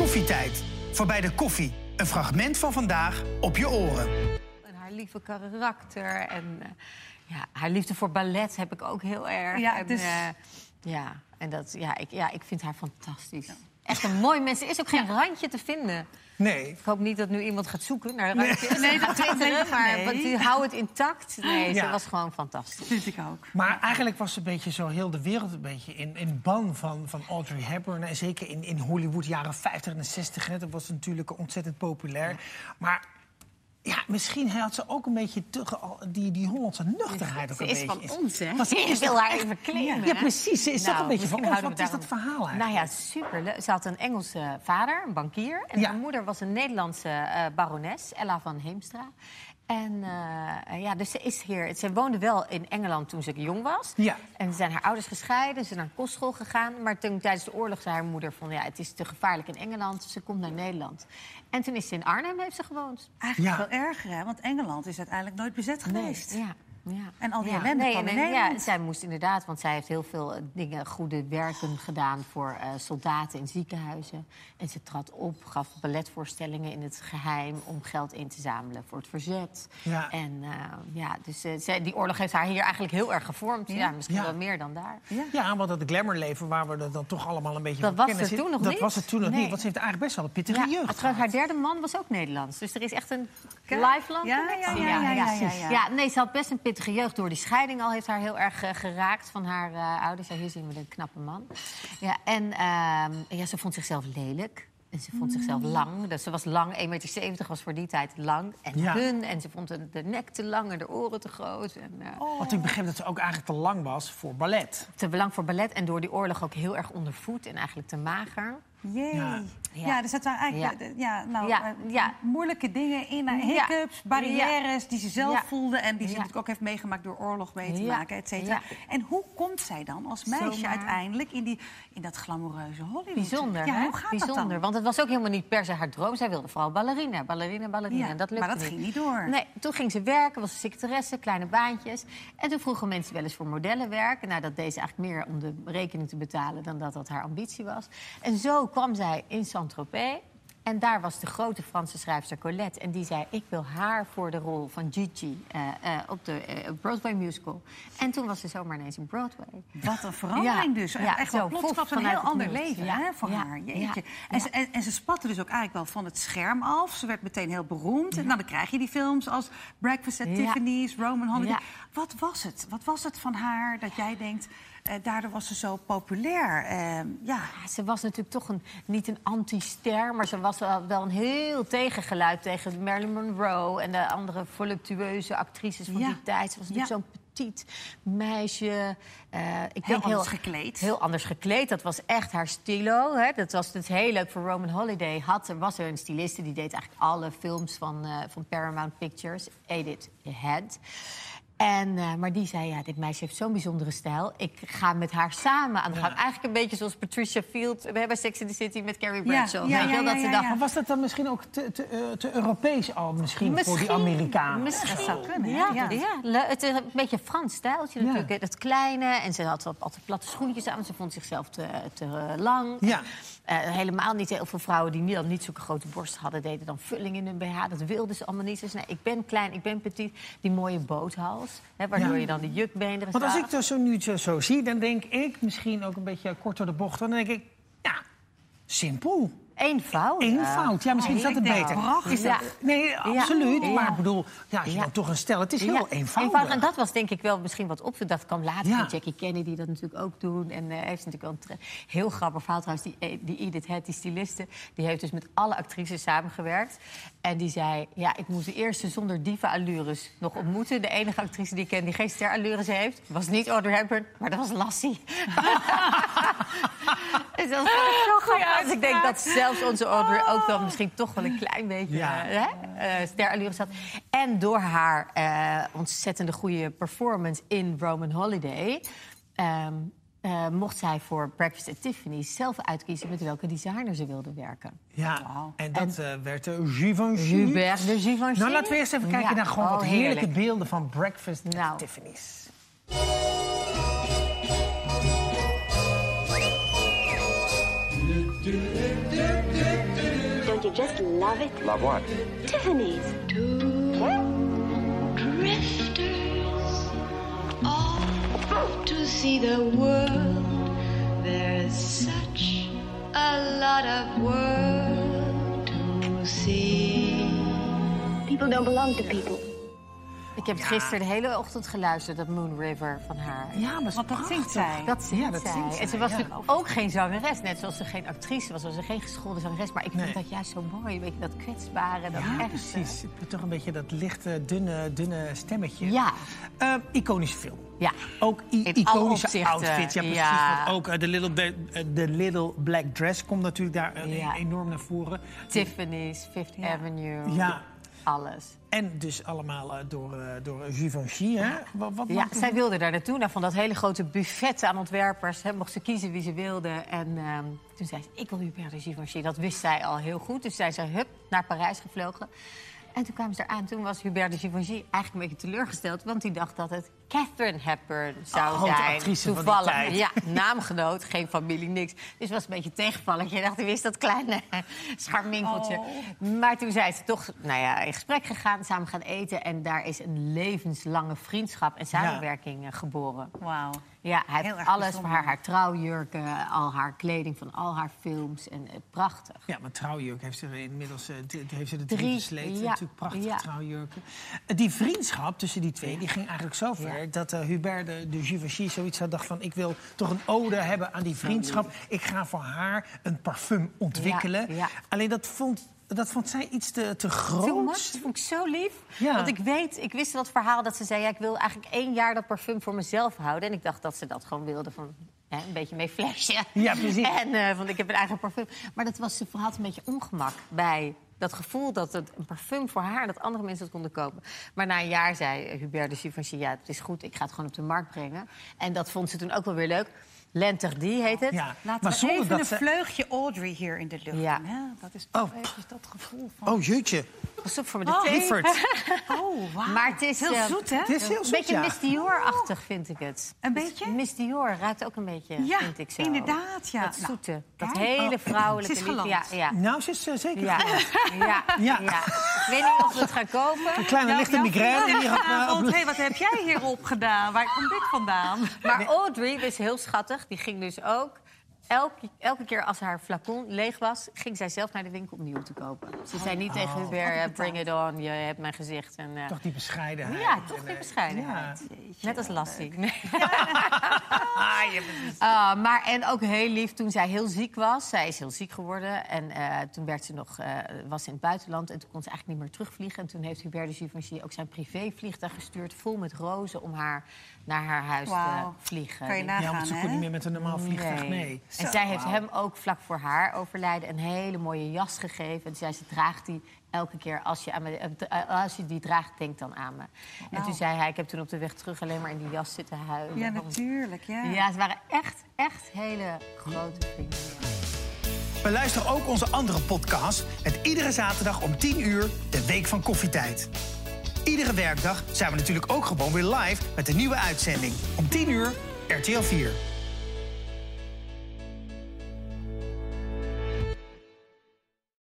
Koffietijd. Voorbij de koffie. Een fragment van vandaag op je oren. En haar lieve karakter en haar liefde voor ballet heb ik ook heel erg. Ja, en, dus... ik vind haar fantastisch. Ja. Echt een mooi mens. Er is ook geen randje te vinden. Nee. Ik hoop niet dat nu iemand gaat zoeken naar randjes. Nee, dat twitteren, maar die hou het intact. Nee, ze was gewoon fantastisch. Vind ik ook. Maar eigenlijk was een beetje zo heel de wereld een beetje in ban van Audrey Hepburn. En zeker in Hollywood, jaren 50 en 60. Hè, dat was natuurlijk ontzettend populair. Ja. Maar ja, misschien had ze ook een beetje die Hollandse nuchterheid. Ze is van ons, hè? Ze wil haar even claimen. Ja, precies. Ze is toch een beetje van ons. Wat is dat verhaal eigenlijk? Nou ja, super. Ze had een Engelse vader, een bankier. En haar moeder was een Nederlandse barones, Ella van Heemstra. En dus ze woonde wel in Engeland toen ze jong was. Ja. En zijn haar ouders gescheiden, ze is naar een kostschool gegaan. Maar tijdens de oorlog zei haar moeder van... het is te gevaarlijk in Engeland, ze komt naar Nederland. En toen is ze in Arnhem, heeft ze gewoond. Eigenlijk veel erger, hè? Want Engeland is uiteindelijk nooit bezet geweest. Nee, ja. En al die ellende kwam in Nederland. Ja, zij moest inderdaad, want zij heeft heel veel goede werken gedaan voor soldaten in ziekenhuizen. En ze trad op, gaf balletvoorstellingen in het geheim om geld in te zamelen voor het verzet. Ja. En dus die oorlog heeft haar hier eigenlijk heel erg gevormd. Ja, misschien wel meer dan daar. Ja, want dat glamourleven waar we er dan toch allemaal een beetje dat van kennen. Dat was het toen nog niet, want ze heeft eigenlijk best wel een pittige jeugd gehad. Haar derde man was ook Nederlands. Dus er is echt een lifelong connectie. Ja, ze had best een pittige jeugd door die scheiding al heeft haar heel erg geraakt van haar ouders. Ja, hier zien we een knappe man. Ja, en ze vond zichzelf lelijk. En ze vond zichzelf lang. Dus ze was lang, 1,70 meter was voor die tijd lang. En dun. En ze vond de nek te lang en de oren te groot. Want ik begreep dat ze ook eigenlijk te lang was voor ballet. Te lang voor ballet en door die oorlog ook heel erg ondervoed. En eigenlijk te mager. Ja, er zaten eigenlijk moeilijke dingen in. Hiccups, barrières die ze zelf voelde... en die ze natuurlijk ook heeft meegemaakt door oorlog mee te maken, et cetera. Ja. En hoe komt zij dan als meisje uiteindelijk in dat glamoureuze Hollywood? Bijzonder, ja, hoe gaat dat dan? Want het was ook helemaal niet per se haar droom. Zij wilde vooral ballerina. Ja, en dat lukte maar dat ging niet door. Nee, toen ging ze werken, was secretaresse, kleine baantjes. En toen vroegen mensen wel eens voor modellenwerk. Nou, dat deed ze eigenlijk meer om de rekening te betalen... dan dat haar ambitie was. En zo kwam zij in Saint-Tropez. En daar was de grote Franse schrijfster Colette. En die zei, ik wil haar voor de rol van Gigi op de Broadway musical. En toen was ze zomaar ineens in Broadway. Wat een verandering dus. Echt wel plots een heel ander leven voor haar. Jeetje. En ze spatte dus ook eigenlijk wel van het scherm af. Ze werd meteen heel beroemd. En dan krijg je die films als Breakfast at Tiffany's, Roman Holiday. Ja. Wat was het? Wat was het van haar dat jij denkt... daardoor was ze zo populair. Ze was natuurlijk toch niet een anti-ster... maar ze was wel een heel tegengeluid tegen Marilyn Monroe... en de andere voluptueuze actrices van die tijd. Ze was natuurlijk zo'n petit meisje. Heel anders gekleed. Heel anders gekleed. Dat was echt haar stilo. Hè. Dat was dus heel leuk voor Roman Holiday. Was er een styliste die deed eigenlijk alle films van Paramount Pictures. Edith Head. Maar die zei, dit meisje heeft zo'n bijzondere stijl. Ik ga met haar samen aan de gang. Eigenlijk een beetje zoals Patricia Field... We hebben Sex in the City met Carrie Bradshaw. Maar was dat dan misschien ook te Europees al misschien voor die Amerikanen? Misschien. Dat zou kunnen, Het is een beetje een Frans stijltje natuurlijk. Dat kleine. En ze had altijd platte schoentjes aan. Ze vond zichzelf te lang. Ja. Helemaal niet heel veel vrouwen die niet zulke grote borsten hadden... deden dan vulling in hun BH. Dat wilden ze allemaal niet. Dus nee, ik ben klein, ik ben petit. Die mooie boothals. Waardoor je dan de jukbeenderen... Want als ik dat nu zo zie, dan denk ik... misschien ook een beetje kort door de bocht... dan denk ik, simpel. Eenvoud. Ja, misschien is dat het beter. Nee, absoluut. Maar ik bedoel, als je dan toch een stel... het is heel eenvoudig. En dat was denk ik wel misschien wat opviel. Dat kwam later van Jackie Kennedy dat natuurlijk ook doen. En heeft natuurlijk wel een heel grappig verhaal trouwens. Die Edith Head, die styliste... die heeft dus met alle actrices samengewerkt. En die zei, ik moest de eerste zonder diva-allures nog ontmoeten. De enige actrice die ik ken die geen ster-allures heeft... was niet Audrey Hepburn, maar dat was Lassie. Dus dat was zo grappig. Dus ik denk dat zelfs onze Audrey ook wel misschien toch wel een klein beetje sterallures had. En door haar ontzettende goede performance in Roman Holiday... mocht zij voor Breakfast at Tiffany's zelf uitkiezen... met welke designer ze wilde werken. En dat werd Givenchy. Hubert de Givenchy. Nou, laten we eerst even kijken naar gewoon wat heerlijke beelden van Breakfast at Tiffany's. you just love it? Love what? Tiffany's. Drifters off to see the world. There's such a lot of world to see. People don't belong to people. Ik heb het gisteren de hele ochtend geluisterd, dat Moon River van haar. Ja, maar dat zingt zij. Dat zingt zij. En ze was natuurlijk ook geen zangeres. Net zoals ze geen actrice was, ze geen geschoolde zangeres. Maar ik vind dat juist zo mooi. Weet je, dat kwetsbare, dat echt. Precies. Toch een beetje dat lichte, dunne stemmetje. Ja. Iconische film. Ja. Ook iconische outfits. Ja, precies. Ja. Ook The Little Black Dress komt natuurlijk daar enorm naar voren. Tiffany's, Fifth Avenue. Ja. Alles. En dus allemaal door Givenchy, hè? Zij wilde daar naartoe. Van dat hele grote buffet aan ontwerpers. Mocht ze kiezen wie ze wilde. En toen zei ze, ik wil Hubert de Givenchy. Dat wist zij al heel goed. Dus zij is naar Parijs gevlogen. En toen kwamen ze eraan. Toen was Hubert de Givenchy eigenlijk een beetje teleurgesteld. Want die dacht dat het Katharine Hepburn zou zijn. Toevallig. Ja, naamgenoot, geen familie, niks. Dus het was een beetje tegenvallig. Je dacht, wie is dat kleine scharminkeltje? Maar toen zijn ze toch in gesprek gegaan, samen gaan eten. En daar is een levenslange vriendschap en samenwerking geboren. Wauw. Ja, hij heeft alles voor haar trouwjurken, al haar kleding van al haar films. En prachtig. Ja, maar trouwjurk heeft ze inmiddels heeft ze de 3 gesleten. Ja. Natuurlijk prachtige trouwjurken. Die vriendschap tussen die twee die ging eigenlijk zo ver dat Hubert de Givenchy zoiets had dacht van, ik wil toch een ode hebben aan die vriendschap. Ik ga voor haar een parfum ontwikkelen. Ja. Alleen dat vond zij iets te groot. Dat vond ik zo lief. Ja. Want ik wist dat verhaal dat ze zei, ik wil eigenlijk 1 jaar dat parfum voor mezelf houden. En ik dacht dat ze dat gewoon wilde van een beetje mee flashen. Ja, precies. En want ik heb een eigen parfum. Maar ze had een beetje ongemak bij dat gevoel dat het een parfum voor haar, dat andere mensen het konden kopen. Maar na een jaar zei Hubert de Givenchy, het is goed, ik ga het gewoon op de markt brengen. En dat vond ze toen ook wel weer leuk. L'Interdit heet het. Ja. Laten we even een vleugje Audrey hier in de lucht doen. Hè? Dat is toch even dat gevoel van... Oh, jeetje. Pas op voor me de thee. Oh, wauw. Maar het is heel zoet, hè? Het is heel zoet, een beetje Miss Dior-achtig, vind ik het. Een beetje? Miss Dior ruikt ook een beetje, vind ik zo. Inderdaad, ja. Dat zoete. Dat hele vrouwelijke liefde. Ja. Nou, ze is zeker. Ja. Ik weet niet of we het gaan kopen. Een kleine lichte migraine. Wat heb jij hierop gedaan? Waar komt dit vandaan? Maar Audrey is heel schattig. Die ging dus ook... Elke keer als haar flacon leeg was, ging zij zelf naar de winkel om nieuw te kopen. Ze zei niet tegen Hubert, bring it on, je hebt mijn gezicht. En, toch die bescheidenheid. Ja, toch die bescheidenheid. Ja. Net als Lassie. Nee. Maar en ook heel lief toen zij heel ziek was. Zij is heel ziek geworden. En toen was ze in het buitenland. En toen kon ze eigenlijk niet meer terugvliegen. En toen heeft Hubert de Givenchy ook zijn privévliegtuig gestuurd, vol met rozen, om haar naar haar huis te vliegen. Kan je nagaan, want ze kon niet meer met een normaal vliegtuig mee. En zij heeft hem ook vlak voor haar overlijden een hele mooie jas gegeven. En zei, ze draagt die elke keer als je die draagt, denk dan aan me. En toen zei hij, ik heb toen op de weg terug alleen maar in die jas zitten huilen. Ja, natuurlijk. Ja, ze waren echt hele grote vrienden. Beluister ook onze andere podcast met iedere zaterdag om 10 uur de Week van Koffietijd. Iedere werkdag zijn we natuurlijk ook gewoon weer live met een nieuwe uitzending. Om 10 uur, RTL 4.